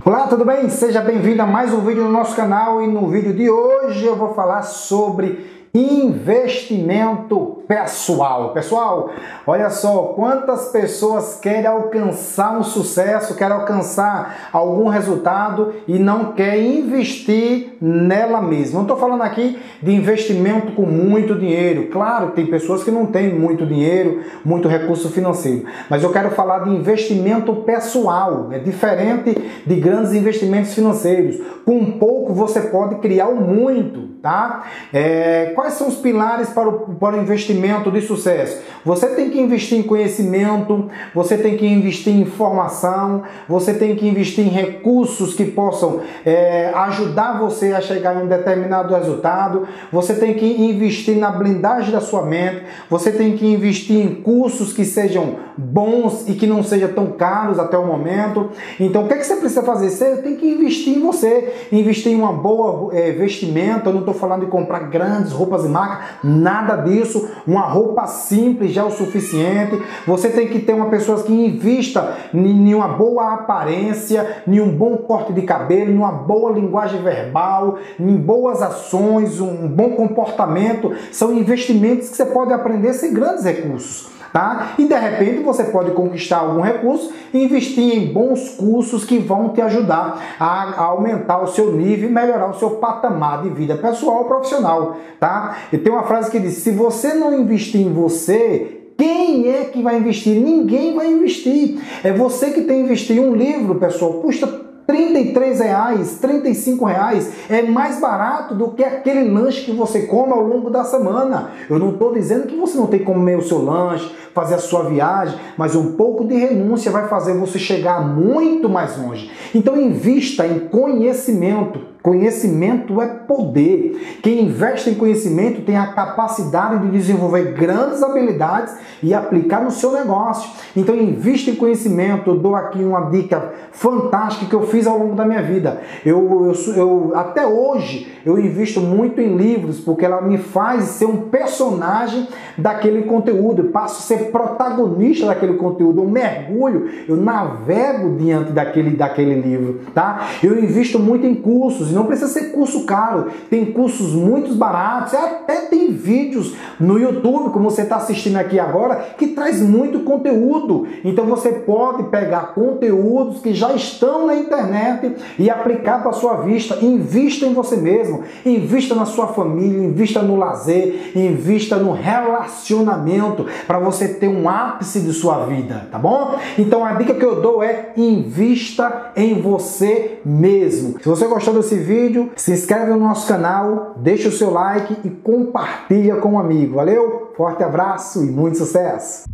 Olá, tudo bem? Seja bem-vindo a mais um vídeo no nosso canal e no vídeo de hoje eu vou falar sobre investimento pessoal. Pessoal, olha só, quantas pessoas querem alcançar um sucesso, querem alcançar algum resultado e não querem investir nela mesma. Não estou falando aqui de investimento com muito dinheiro. Claro, tem pessoas que não têm muito dinheiro, muito recurso financeiro, mas eu quero falar de investimento pessoal. É diferente de grandes investimentos financeiros. Com pouco você pode criar um muito, tá? Quais são os pilares para o investimento de sucesso? Você tem que investir em conhecimento, você tem que investir em informação, você tem que investir em recursos que possam ajudar você a chegar em um determinado resultado, você tem que investir na blindagem da sua mente, você tem que investir em cursos que sejam bons e que não sejam tão caros até o momento. Então, o que você precisa fazer? Você tem que investir em você, investir em uma boa vestimenta. Eu não estou falando de comprar grandes roupas de marca, nada disso. Uma roupa simples já é o suficiente. Você tem que ter uma pessoa que invista em uma boa aparência, em um bom corte de cabelo, em uma boa linguagem verbal, em boas ações, um bom comportamento. São investimentos que você pode aprender sem grandes recursos. Tá? E de repente você pode conquistar algum recurso e investir em bons cursos que vão te ajudar a aumentar o seu nível e melhorar o seu patamar de vida pessoal e profissional. Tá? E tem uma frase que diz: se você não investir em você, quem é que vai investir? Ninguém vai investir. É você que tem que investir. Um livro, pessoal, custa R$33, R$35, é mais barato do que aquele lanche que você come ao longo da semana. Eu não estou dizendo que você não tem que comer o seu lanche, fazer a sua viagem, mas um pouco de renúncia vai fazer você chegar muito mais longe. Então invista em conhecimento. Conhecimento é poder. Quem investe em conhecimento tem a capacidade de desenvolver grandes habilidades e aplicar no seu negócio. Então invista em conhecimento. Eu dou aqui uma dica fantástica que eu fiz ao longo da minha vida. Até hoje eu invisto muito em livros, porque ela me faz ser um personagem daquele conteúdo. Eu passo a ser protagonista daquele conteúdo. Eu mergulho, eu navego diante daquele livro, tá? Eu invisto muito em cursos. Não precisa ser curso caro, tem cursos muito baratos, até tem vídeos no YouTube, como você está assistindo aqui agora, que traz muito conteúdo. Então você pode pegar conteúdos que já estão na internet e aplicar para a sua vida. Invista em você mesmo, invista na sua família, invista no lazer, invista no relacionamento, para você ter um ápice de sua vida, tá bom? Então a dica que eu dou é: invista em você mesmo. Se você gostou desse vídeo, se inscreve no nosso canal, deixa o seu like e compartilha com um amigo. Valeu? Forte abraço e muito sucesso!